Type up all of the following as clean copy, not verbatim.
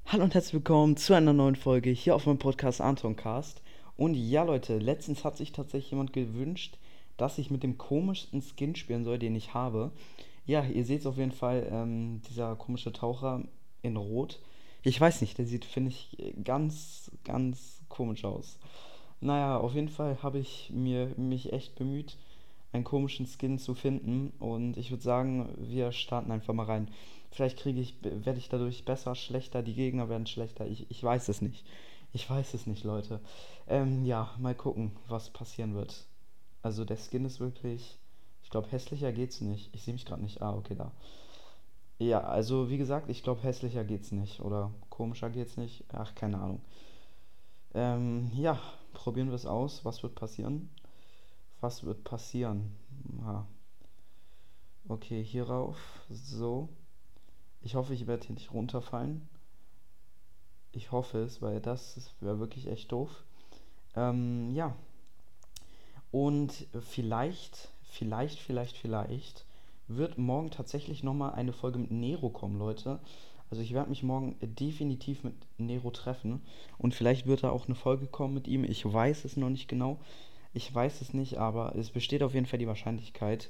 Hallo und herzlich willkommen zu einer neuen Folge hier auf meinem Podcast Antoncast. Und ja, Leute, letztens hat sich tatsächlich jemand gewünscht, dass ich mit dem komischsten Skin spielen soll, den ich habe. Ja, ihr seht es auf jeden Fall, dieser komische Taucher in Rot. Ich weiß nicht, der sieht, finde ich, ganz, ganz komisch aus. Naja, auf jeden Fall habe ich mich echt bemüht, einen komischen Skin zu finden. Und ich würde sagen, wir starten einfach mal rein. Werde ich dadurch besser, schlechter, die Gegner werden schlechter. Ich weiß es nicht. Ich weiß es nicht, Leute. Ja, mal gucken, was passieren wird. Also der Skin ist wirklich, ich glaube, hässlicher geht's nicht. Ich sehe mich gerade nicht. Ah, okay, da. Ja, also wie gesagt, ich glaube, hässlicher geht's nicht. Oder komischer geht's nicht. Ach, keine Ahnung. Ja, probieren wir es aus. Was wird passieren? Was wird passieren? Ah, okay, hierauf. So. Ich hoffe, ich werde hier nicht runterfallen. Ich hoffe es, weil das wäre wirklich echt doof. Ja. Und vielleicht wird morgen tatsächlich nochmal eine Folge mit Nero kommen, Leute. Also ich werde mich morgen definitiv mit Nero treffen. Und vielleicht wird da auch eine Folge kommen mit ihm. Ich weiß es noch nicht genau. Ich weiß es nicht, aber es besteht auf jeden Fall die Wahrscheinlichkeit.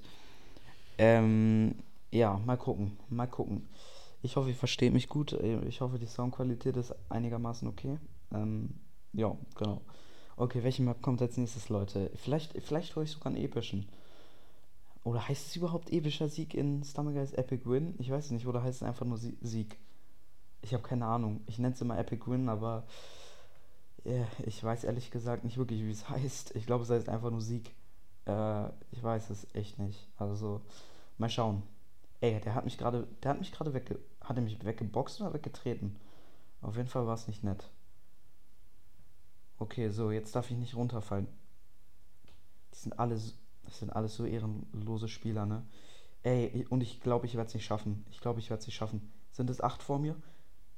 Ähm, ja, mal gucken. Mal gucken. Ich hoffe, ihr versteht mich gut. Ich hoffe, die Soundqualität ist einigermaßen okay. Ähm, ja, genau. Okay, welche Map kommt als nächstes, Leute? Vielleicht hole ich sogar einen epischen. Oder heißt es überhaupt epischer Sieg in Stomach Guys Epic Win? Ich weiß es nicht. Oder heißt es einfach nur Sieg? Ich habe keine Ahnung. Ich nenne es immer Epic Win, aber ich weiß ehrlich gesagt nicht wirklich, wie es heißt. Ich glaube, es heißt einfach nur Sieg. Ich weiß es echt nicht. Also, mal schauen. Ey, der hat mich gerade hat er mich weggeboxt oder weggetreten? Auf jeden Fall war es nicht nett. Okay, so, jetzt darf ich nicht runterfallen. Die sind alle, das sind alles so ehrenlose Spieler, ne? Ey, und ich glaube, ich werde es nicht schaffen. Ich glaube, ich werde es nicht schaffen. Sind es 8 vor mir?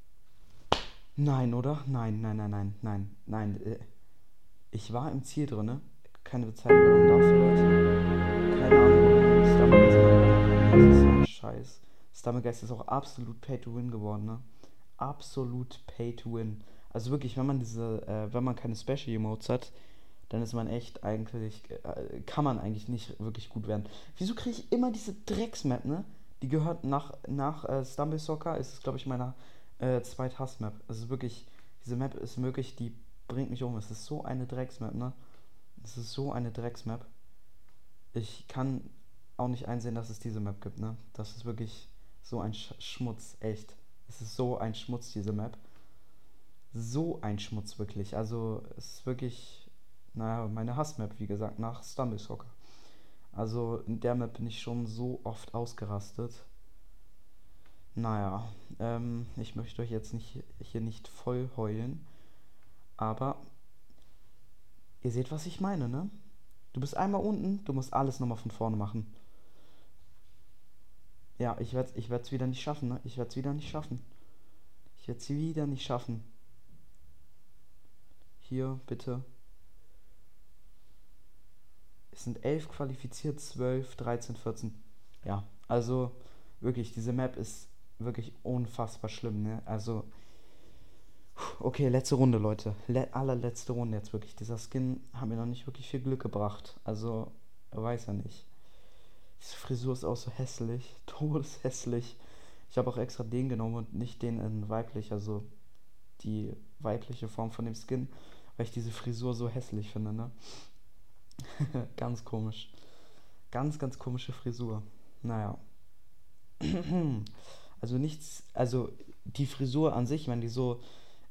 Nein, oder? Nein, nein, nein, nein, nein, nein. Ich war im Ziel drin, ne? Keine Bezeichnung dafür, Leute. Keine Ahnung, warum Stammergeist immer gewonnen hat. Das ist so ein Scheiß. Stammergeist ist auch absolut Pay to Win geworden, ne? Absolut Pay to Win. Also wirklich, wenn man keine Special Emotes hat, dann ist man echt eigentlich, kann man eigentlich nicht wirklich gut werden. Wieso kriege ich immer diese Drecksmap, ne? Die gehört nach Stumble Soccer, ist es, glaube ich, meiner Zweit-Hass-Map. Es ist wirklich, diese Map ist wirklich, die bringt mich um. Es ist so eine Drecksmap, ne? Es ist so eine Drecksmap. Ich kann auch nicht einsehen, dass es diese Map gibt, ne? Das ist wirklich so ein Schmutz, echt. Es ist so ein Schmutz, diese Map. So ein Schmutz, wirklich. Also, es ist wirklich, naja, meine Hassmap, wie gesagt, nach Stumble Soccer. Also, in der Map bin ich schon so oft ausgerastet. Naja, ich möchte euch jetzt hier nicht voll heulen, aber ihr seht, was ich meine, ne? Du bist einmal unten, du musst alles nochmal von vorne machen. Ja, ich werde es wieder nicht schaffen, ne? Ich werde es wieder nicht schaffen. Ich werde es wieder nicht schaffen. Hier, bitte. Es sind 11 qualifiziert, 12, 13, 14. Ja, also wirklich, diese Map ist wirklich unfassbar schlimm, ne? Also, okay, letzte Runde, Leute. Allerletzte Runde jetzt wirklich. Dieser Skin hat mir noch nicht wirklich viel Glück gebracht. Also, weiß ja nicht. Diese Frisur ist auch so hässlich. Todeshässlich. Ich habe auch extra den genommen und nicht den in weiblich, also die weibliche Form von dem Skin, weil ich diese Frisur so hässlich finde, ne? Ganz komisch. Ganz, ganz komische Frisur. Naja. Also nichts, also die Frisur an sich, wenn die so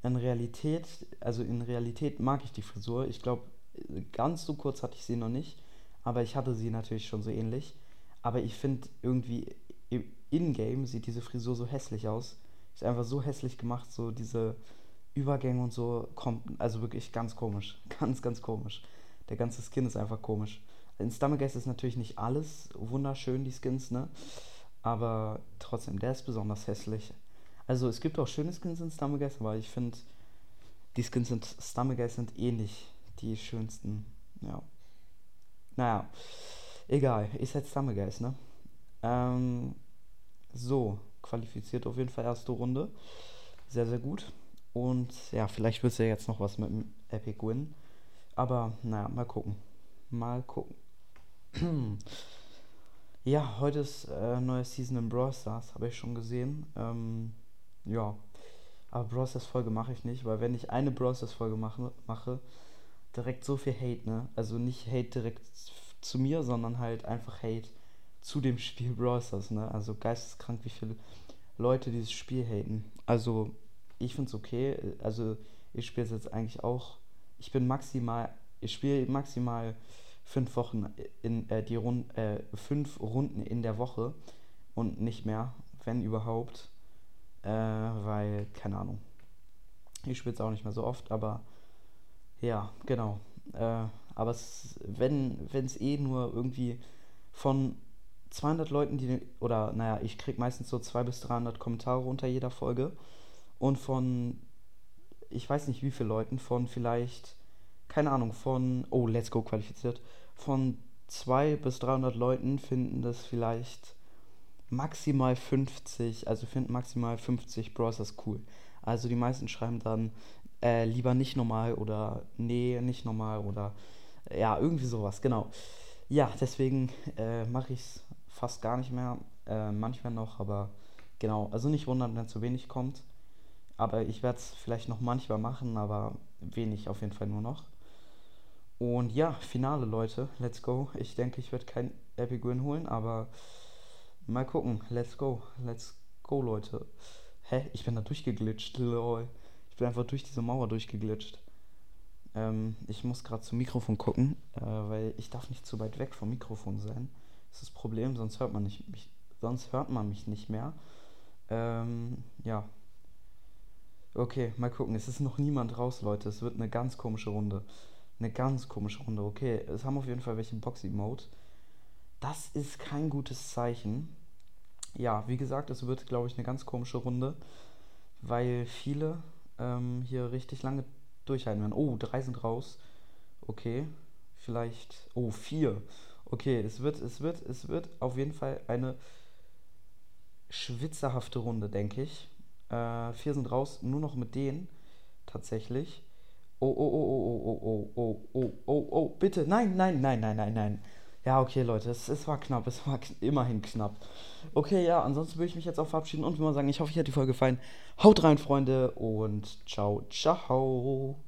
in Realität mag ich die Frisur. Ich glaube, ganz so kurz hatte ich sie noch nicht, aber ich hatte sie natürlich schon so ähnlich. Aber ich finde irgendwie in-game sieht diese Frisur so hässlich aus. Ist einfach so hässlich gemacht, so diese Übergänge und so kommt, also wirklich ganz komisch. Ganz, ganz komisch. Der ganze Skin ist einfach komisch. In Stomachguest ist natürlich nicht alles wunderschön, die Skins, ne? Aber trotzdem, der ist besonders hässlich. Also es gibt auch schöne Skins in Stomachguest, aber ich finde, die Skins in Stomachguest sind eh nicht die schönsten. Ja. Naja, egal. Ist halt Stomachguest, ne? Ähm, so, qualifiziert auf jeden Fall erste Runde. sehr, sehr gut. Und ja, vielleicht wird es ja jetzt noch was mit dem Epic Win. Aber naja, mal gucken. Mal gucken. Ja, heute ist neue Season in Brawl Stars, habe ich schon gesehen. Ja, aber Brawl Stars Folge mache ich nicht, weil wenn ich eine Brawl Stars Folge mache, direkt so viel Hate, ne? Also nicht Hate direkt zu mir, sondern halt einfach Hate zu dem Spiel Brawl Stars, ne? Also geisteskrank, wie viele Leute dieses Spiel haten. Also ich finde es okay. Also ich spiele es jetzt eigentlich auch. Ich bin maximal, ich spiele maximal 5 Wochen in die 5 Runden in der Woche und nicht mehr, wenn überhaupt. Weil, keine Ahnung. Ich spiele es auch nicht mehr so oft, aber ja, genau. Aber wenn es eh nur irgendwie von 200 Leuten, oder naja, ich krieg meistens so 200 bis 300 Kommentare unter jeder Folge und von, ich weiß nicht wie viele Leuten, von vielleicht, keine Ahnung, oh, Let's Go qualifiziert, von 200 bis 300 Leuten finden das vielleicht maximal 50, also finden maximal 50 Browsers cool. Also die meisten schreiben dann lieber nicht normal oder nee, nicht normal oder ja, irgendwie sowas, genau. Ja, deswegen mache ich es fast gar nicht mehr, manchmal noch, aber genau, also nicht wundern, wenn zu wenig kommt. Aber ich werde es vielleicht noch manchmal machen, aber wenig auf jeden Fall nur noch. Und ja, Finale, Leute, let's go. Ich denke, ich werde kein Epic Win holen, aber mal gucken. Let's go, Leute. Hä? Ich bin da durchgeglitscht, lol. Ich bin einfach durch diese Mauer durchgeglitscht. Ich muss gerade zum Mikrofon gucken, weil ich darf nicht zu weit weg vom Mikrofon sein. Das ist das Problem, sonst hört man mich nicht mehr. Ja, okay, mal gucken. Es ist noch niemand raus, Leute. Es wird eine ganz komische Runde. Eine ganz komische Runde. Okay, es haben auf jeden Fall welche Boxy-Mode. Das ist kein gutes Zeichen. Ja, wie gesagt, es wird, glaube ich, eine ganz komische Runde, weil viele hier richtig lange durchhalten werden. Oh, 3 sind raus. Okay, vielleicht. Oh, 4. Okay, es wird auf jeden Fall eine schwitzerhafte Runde, denke ich. 4 sind raus, nur noch mit denen tatsächlich. Oh, oh, oh, oh, oh, oh, oh, oh, oh, oh, bitte. Nein, nein, nein, nein, nein, nein. Ja, okay, Leute, es war knapp, es war immerhin knapp. Okay, ja, ansonsten würde ich mich jetzt auch verabschieden und würde mal sagen, ich hoffe, euch hat die Folge gefallen. Haut rein, Freunde, und ciao, ciao.